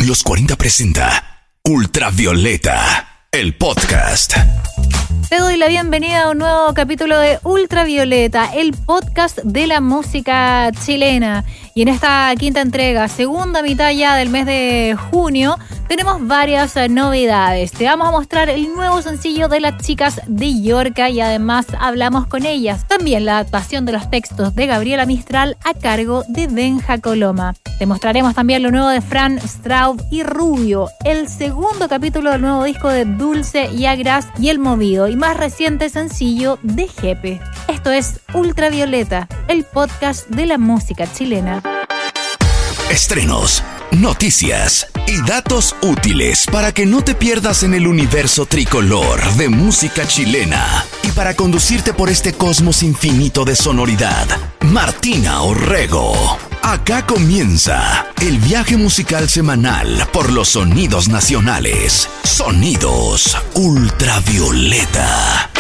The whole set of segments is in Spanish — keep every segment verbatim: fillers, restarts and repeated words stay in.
Los cuarenta presenta Ultravioleta, el podcast. Te doy la bienvenida a un nuevo capítulo de Ultravioleta, el podcast de la música chilena. Y en esta quinta entrega, segunda mitad ya del mes de junio, tenemos varias novedades. Te vamos a mostrar el nuevo sencillo de las chicas de Yorka y además hablamos con ellas. También la adaptación de los textos de Gabriela Mistral a cargo de Benja Coloma. Te mostraremos también lo nuevo de Fran Straub y Rubio, el segundo capítulo del nuevo disco de Dulce y Agras y El Movido y más reciente sencillo de Jepe. Esto es Ultravioleta, el podcast de la música chilena. Estrenos, noticias y datos útiles para que no te pierdas en el universo tricolor de música chilena y para conducirte por este cosmos infinito de sonoridad. Martina Orrego. Acá comienza el viaje musical semanal por los sonidos nacionales. Sonidos Ultravioleta.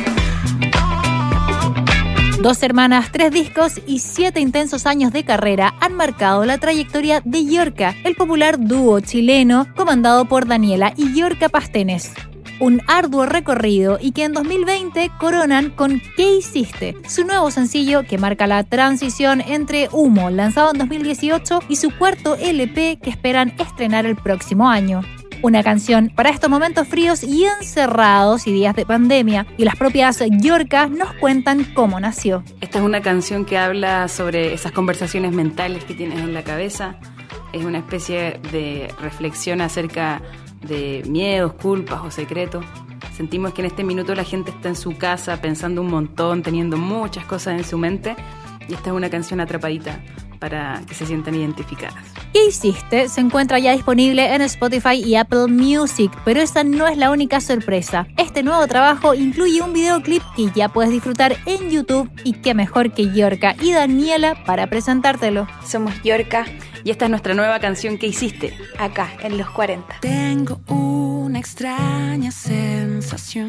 Dos hermanas, tres discos y siete intensos años de carrera han marcado la trayectoria de Yorka, el popular dúo chileno comandado por Daniela y Yorka Pastenes. Un arduo recorrido y que en dos mil veinte coronan con ¿Qué hiciste?, su nuevo sencillo que marca la transición entre Humo, lanzado en dos mil dieciocho, y su cuarto L P que esperan estrenar el próximo año. Una canción para estos momentos fríos y encerrados y días de pandemia, y las propias Yorka nos cuentan cómo nació. Esta es una canción que habla sobre esas conversaciones mentales que tienes en la cabeza. Es una especie de reflexión acerca de miedos, culpas o secretos. Sentimos que en este minuto la gente está en su casa pensando un montón, teniendo muchas cosas en su mente, y esta es una canción atrapadita para que se sientan identificadas. ¿Qué hiciste? Se encuentra ya disponible en Spotify y Apple Music, pero esa no es la única sorpresa. Este nuevo trabajo incluye un videoclip que ya puedes disfrutar en YouTube, y qué mejor que Yorka y Daniela para presentártelo. Somos Yorka y esta es nuestra nueva canción ¿Qué hiciste?, acá en los cuarenta. Tengo una extraña sensación,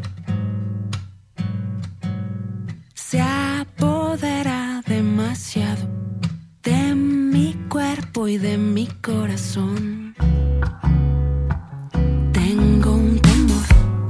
se apodera demasiado de mi cuerpo y de mi corazón. Tengo un temor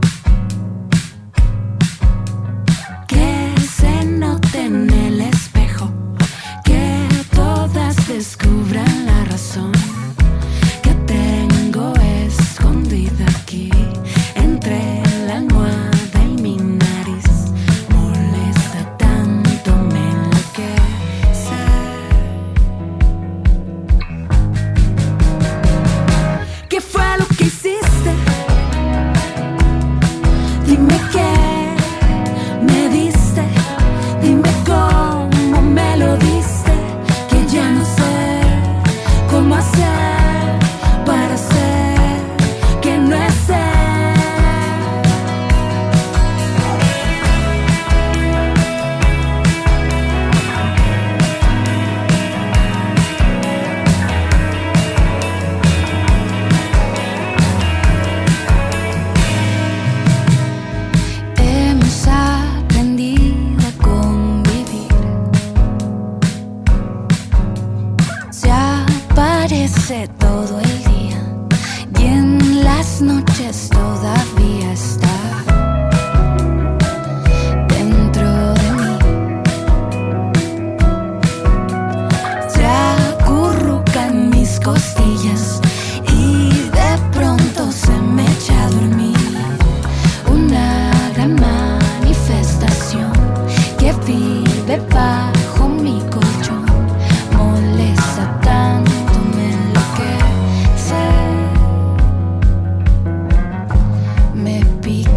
que se note en el espejo, que todas descubran la razón que tengo escondida aquí entre la almohada y mi nariz. Molesta tanto, me enloquece. ¿Qué fue lo que hiciste? Dime qué me diste, dime cómo me lo diste, que ya no sé cómo hacer para ser que no es ser. Hemos aprendido a convivir. Se aparece todo el día y en las noches todavía está dentro de mí. Se acurruca en mis costillas y de pronto se me echa a dormir. Una gran manifestación que vive bajo mi colchón. Molesta tanto, me enloquece. Me pica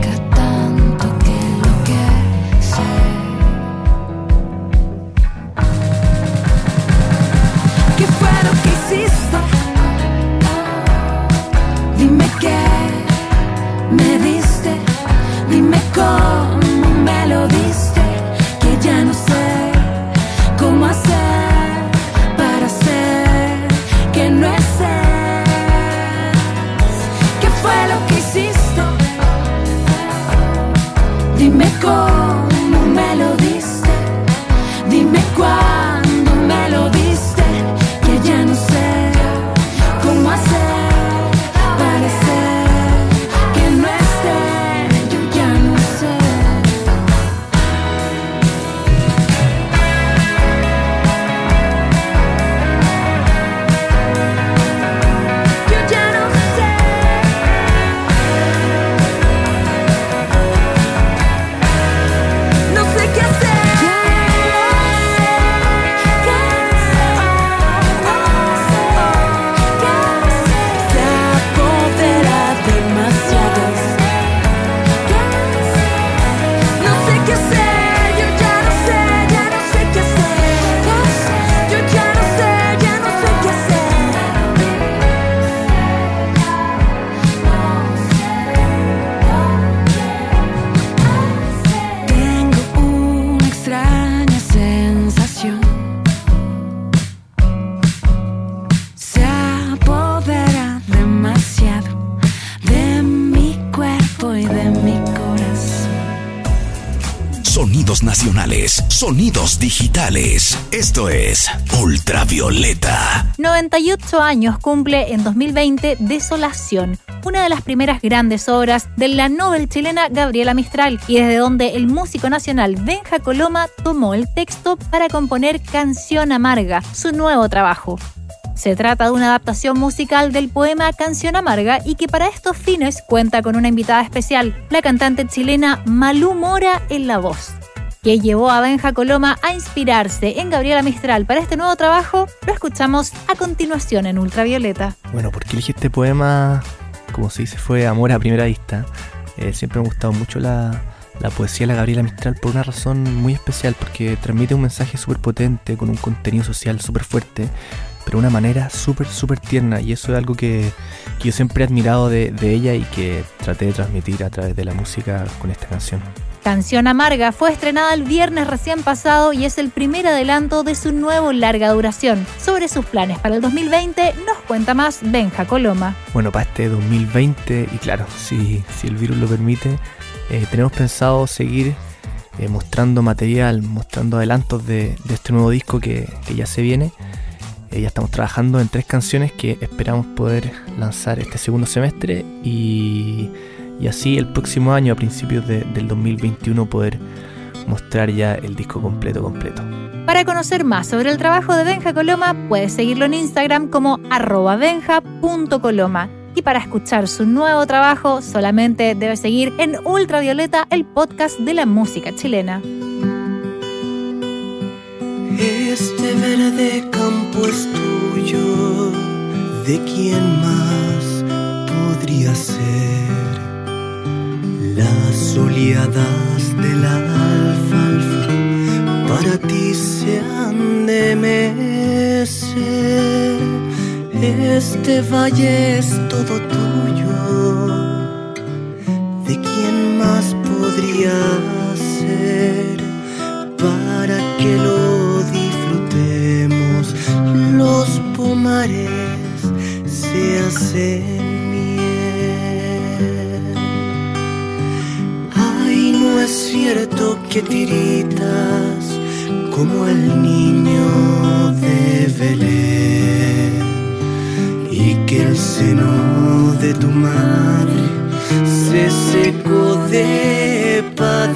nacionales, sonidos digitales. Esto es Ultravioleta. noventa y ocho años cumple en dos mil veinte Desolación, una de las primeras grandes obras de la novel chilena Gabriela Mistral, y desde donde el músico nacional Benja Coloma tomó el texto para componer Canción Amarga, su nuevo trabajo. Se trata de una adaptación musical del poema Canción Amarga y que para estos fines cuenta con una invitada especial, la cantante chilena Malú Mora en la voz. ¿Qué llevó a Benja Coloma a inspirarse en Gabriela Mistral para este nuevo trabajo? Lo escuchamos a continuación en Ultravioleta. Bueno, ¿por qué elegí este poema? Como se dice, fue amor a primera vista. Eh, siempre me ha gustado mucho la, la poesía de la Gabriela Mistral por una razón muy especial, porque transmite un mensaje súper potente, con un contenido social súper fuerte, pero de una manera súper, súper tierna, y eso es algo que, que yo siempre he admirado de, de ella y que traté de transmitir a través de la música con esta canción. Canción Amarga fue estrenada el viernes recién pasado y es el primer adelanto de su nuevo larga duración. Sobre sus planes para el dos mil veinte nos cuenta más Benja Coloma. Bueno, para este dos mil veinte, y claro, si, si el virus lo permite, eh, tenemos pensado seguir eh, mostrando material, mostrando adelantos de, de este nuevo disco que, que ya se viene. Eh, ya estamos trabajando en tres canciones que esperamos poder lanzar este segundo semestre y... Y así el próximo año, a principios de, del dos mil veintiuno, poder mostrar ya el disco completo, completo. Para conocer más sobre el trabajo de Benja Coloma, puedes seguirlo en Instagram como arroba benja punto coloma. Y para escuchar su nuevo trabajo, solamente debes seguir en Ultravioleta, el podcast de la música chilena. Este verde campo es tuyo, ¿de quién más podría ser? Las oleadas de la alfalfa para ti se han de mecer. Este valle es todo tuyo, ¿de quién más podría ser? Para que lo disfrutemos, los pomares se hacen. No es cierto que tiritas como el niño de Belén, y que el seno de tu madre se secó de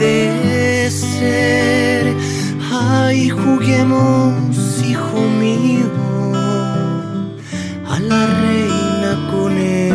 padecer. Ay, juguemos, hijo mío, a la reina con él.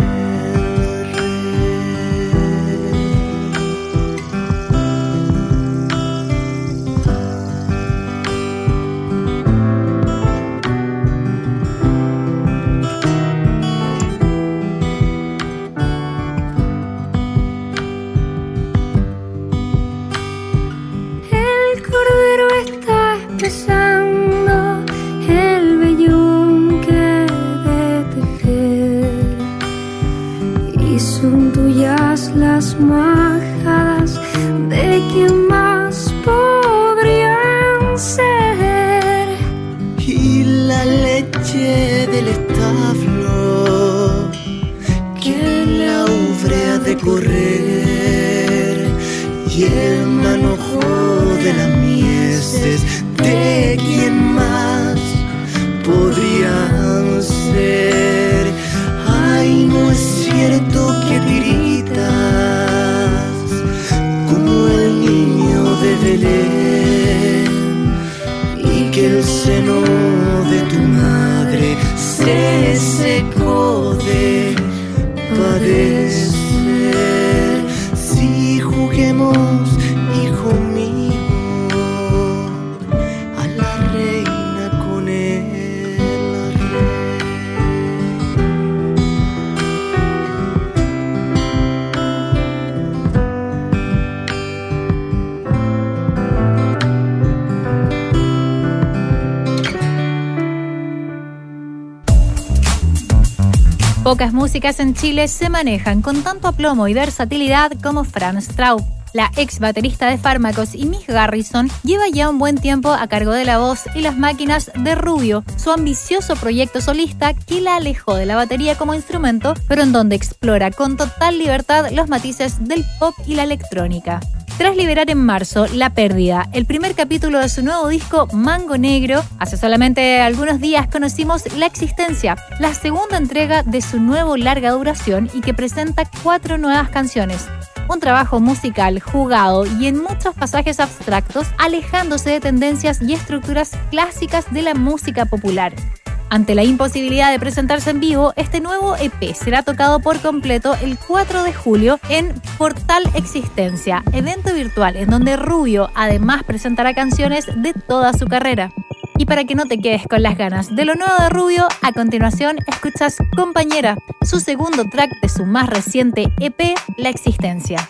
El vellón que de tejer, y son tuyas las majadas de quien más podrían ser, y la leche del establo que la ubre ha de correr, y el manojo de las mieses de quien más podrían ser. Ay, no es cierto que tiritas como el niño de Belén, y que el seno de tu madre se secó de padecer. Si juguemos, hijo mío, Pocas músicas en Chile se manejan con tanto aplomo y versatilidad como Franz Straub. La ex baterista de Fármacos y Mick Garrison lleva ya un buen tiempo a cargo de la voz y las máquinas de Rubio, su ambicioso proyecto solista que la alejó de la batería como instrumento, pero en donde explora con total libertad los matices del pop y la electrónica. Tras liberar en marzo La Pérdida, el primer capítulo de su nuevo disco Mango Negro, hace solamente algunos días conocimos La Existencia, la segunda entrega de su nuevo larga duración y que presenta cuatro nuevas canciones. Un trabajo musical jugado y en muchos pasajes abstractos, alejándose de tendencias y estructuras clásicas de la música popular. Ante la imposibilidad de presentarse en vivo, este nuevo E P será tocado por completo el cuatro de julio en Portal Existencia, evento virtual en donde Rubio además presentará canciones de toda su carrera. Y para que no te quedes con las ganas de lo nuevo de Rubio, a continuación escuchas Compañera, su segundo track de su más reciente E P, La Existencia.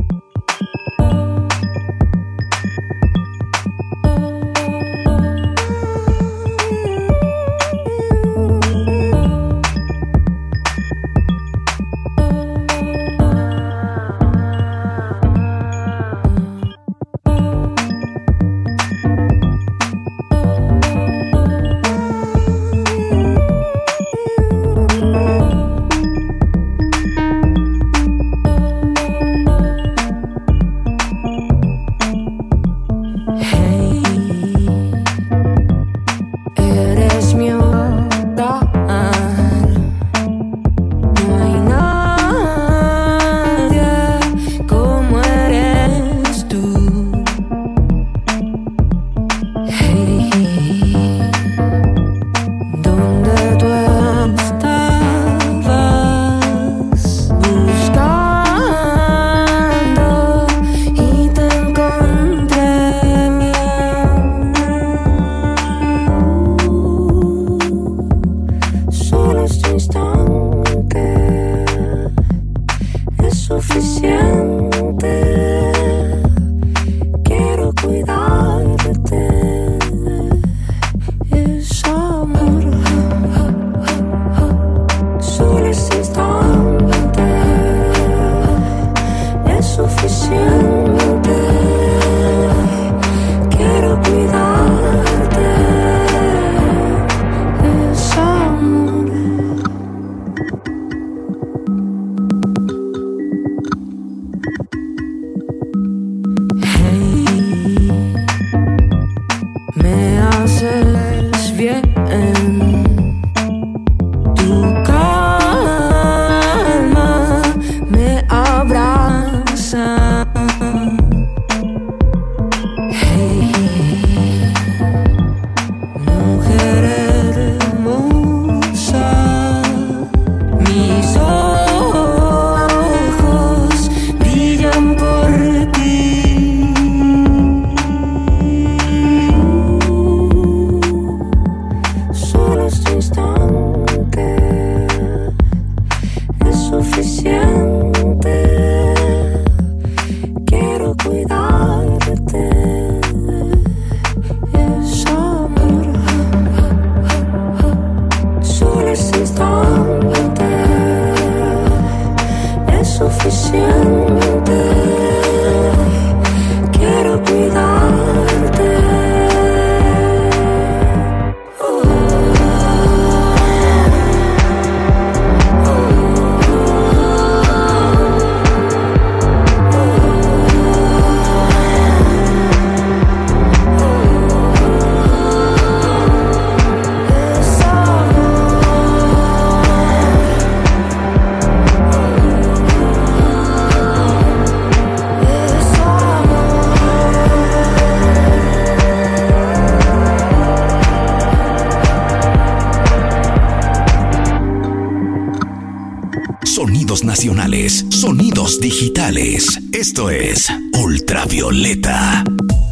Sonidos nacionales, sonidos digitales. Esto es Ultravioleta.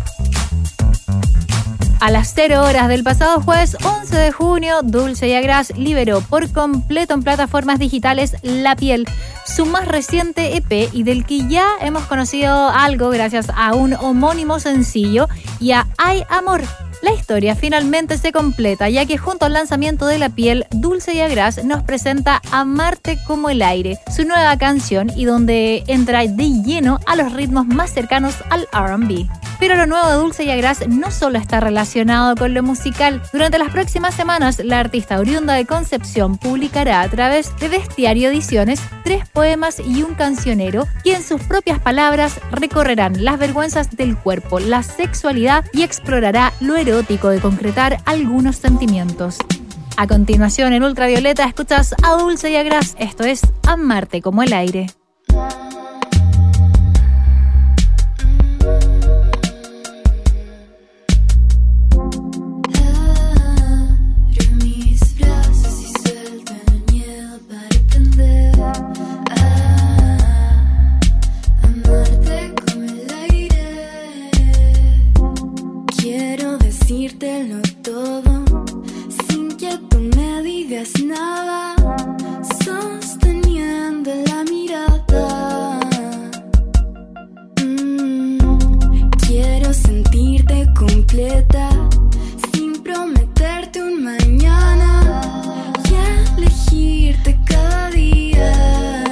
A las cero horas del pasado jueves once de junio, Dulce y Agras liberó por completo en plataformas digitales La Piel, su más reciente E P y del que ya hemos conocido algo gracias a un homónimo sencillo y a Ay Amor. La historia finalmente se completa, ya que junto al lanzamiento de La Piel, Dulce y Agras nos presenta Amarte como el aire, su nueva canción y donde entra de lleno a los ritmos más cercanos al R and B. Pero lo nuevo de Dulce y Agraz no solo está relacionado con lo musical. Durante las próximas semanas, la artista oriunda de Concepción publicará a través de Bestiario Ediciones tres poemas y un cancionero, y en sus propias palabras recorrerán las vergüenzas del cuerpo, la sexualidad y explorará lo erótico de concretar algunos sentimientos. A continuación, en Ultravioleta, escuchas a Dulce y Agraz. Esto es Amarte como el aire. Decírtelo todo sin que tú me digas nada, sosteniendo la mirada. Mm, quiero sentirte completa sin prometerte un mañana y elegirte cada día.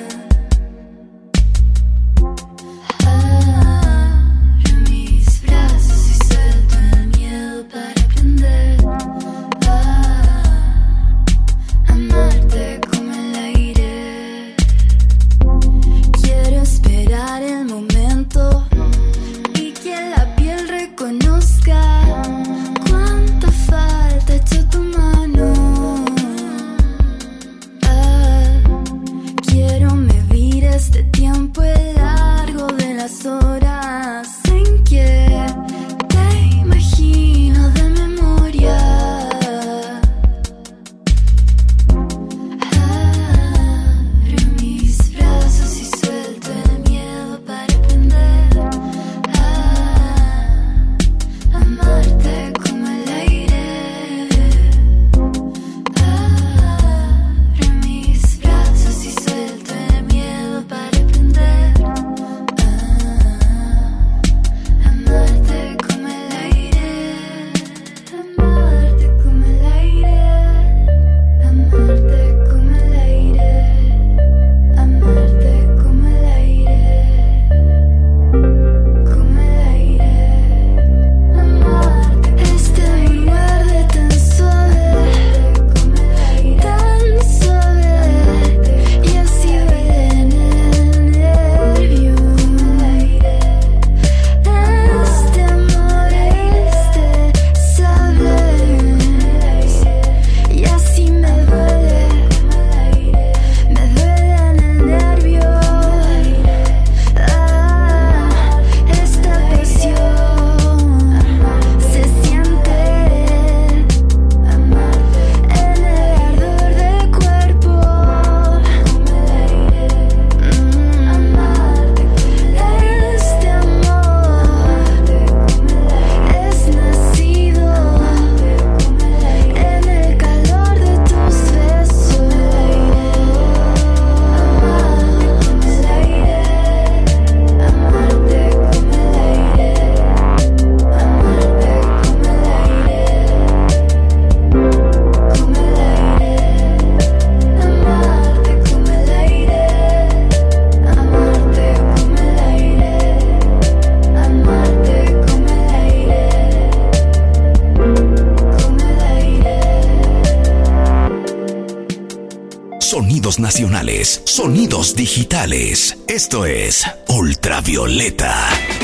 Sonidos nacionales, sonidos digitales. Esto es Ultravioleta.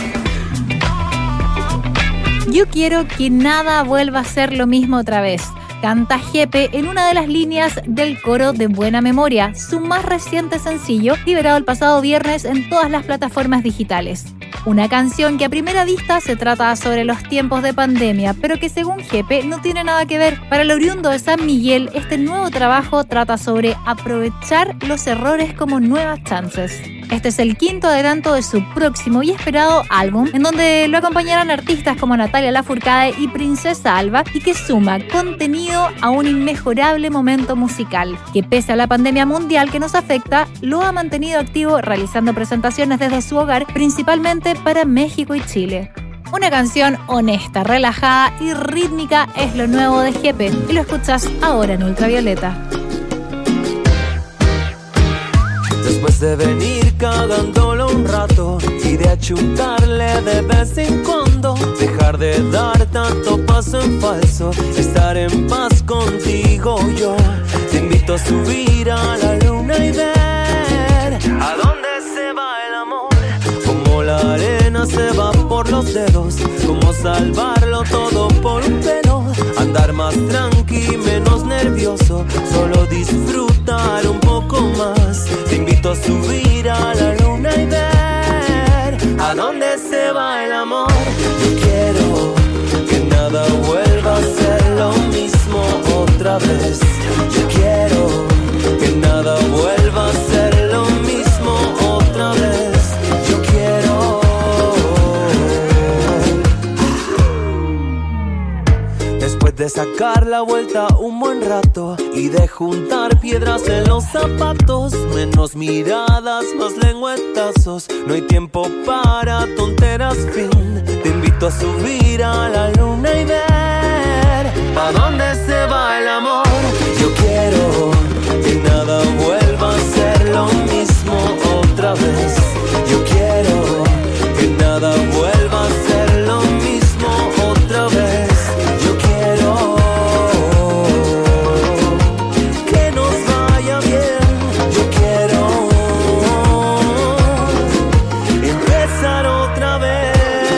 Yo quiero que nada vuelva a ser lo mismo otra vez. Canta Jepe en una de las líneas del coro de Buena Memoria, su más reciente sencillo, liberado el pasado viernes en todas las plataformas digitales. Una canción que a primera vista se trata sobre los tiempos de pandemia, pero que según Jepe no tiene nada que ver. Para el oriundo de San Miguel, este nuevo trabajo trata sobre aprovechar los errores como nuevas chances. Este es el quinto adelanto de su próximo y esperado álbum, en donde lo acompañarán artistas como Natalia Lafourcade y Princesa Alba, y que suma contenido a un inmejorable momento musical, que pese a la pandemia mundial que nos afecta, lo ha mantenido activo realizando presentaciones desde su hogar, principalmente para México y Chile. Una canción honesta, relajada y rítmica es lo nuevo de Jepe, y lo escuchas ahora en Ultravioleta. Después de venir cagándolo un rato y de achuntarle de vez en cuando, dejar de dar tanto paso en falso, estar en paz contigo yo. Te invito a subir a la luna y ver a dónde se va el amor. Como la arena se va por los dedos, como salvarlo todo por un pelo. Andar más tranqui, menos nervioso, solo disfrutar un poco más. Te invito a subir a la luna y ver a dónde se va el amor. Yo quiero que nada vuelva a ser lo mismo otra vez. Yo quiero que nada vuelva a ser lo mismo otra vez. Yo quiero. Después de sacar la vuelta un buen rato y de juntar piedras en los zapatos, menos miradas, más lengüetazos, no hay tiempo para tonteras, fin. Te invito a subir a la luna y ver a dónde se va el amor. Yo quiero que nada vuelva a ser lo mismo otra vez. Yo quiero que nada vuelva a ser lo mismo otra vez. Yo quiero que nos vaya bien. Yo quiero empezar otra vez.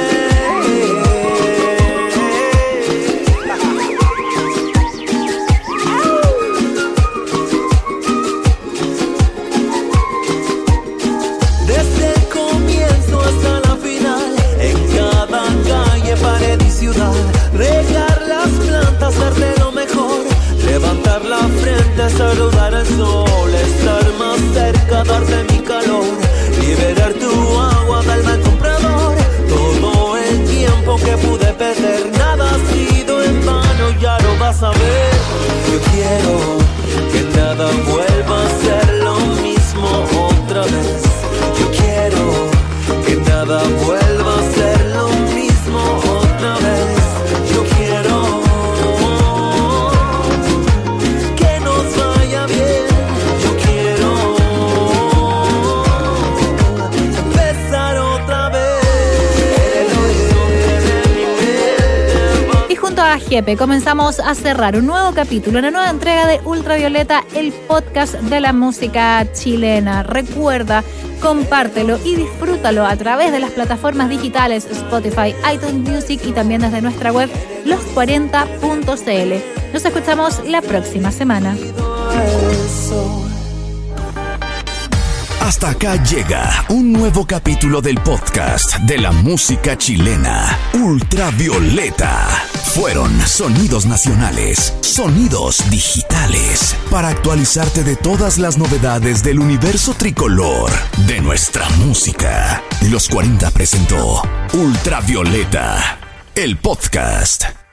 Desde el comienzo hasta la final, en cada calle, pared y ciudad, regar las plantas, darte lo mejor, levantar la frente, saludar al sol, estar más cerca, darte mi calor, liberar tu agua, darme al comprador. Todo el tiempo que pude perder, nada ha sido en vano, ya lo vas a ver. Yo quiero que nada vuelva a ser lo mismo otra vez. Yo quiero que nada vuelva a ser lo mismo otra vez. Yo quiero que nos vaya bien. Yo quiero empezar otra vez. Y junto a Jepe comenzamos a cerrar un nuevo capítulo, una nueva entrega de Ultravioleta, el podcast de la música chilena. Recuerda, compártelo y disfrútalo a través de las plataformas digitales Spotify, iTunes Music y también desde nuestra web los cuarenta punto c l. Nos escuchamos la próxima semana. Hasta acá llega un nuevo capítulo del podcast de la música chilena, Ultravioleta. Fueron sonidos nacionales, sonidos digitales, para actualizarte de todas las novedades del universo tricolor de nuestra música. Los cuarenta presentó Ultravioleta, el podcast.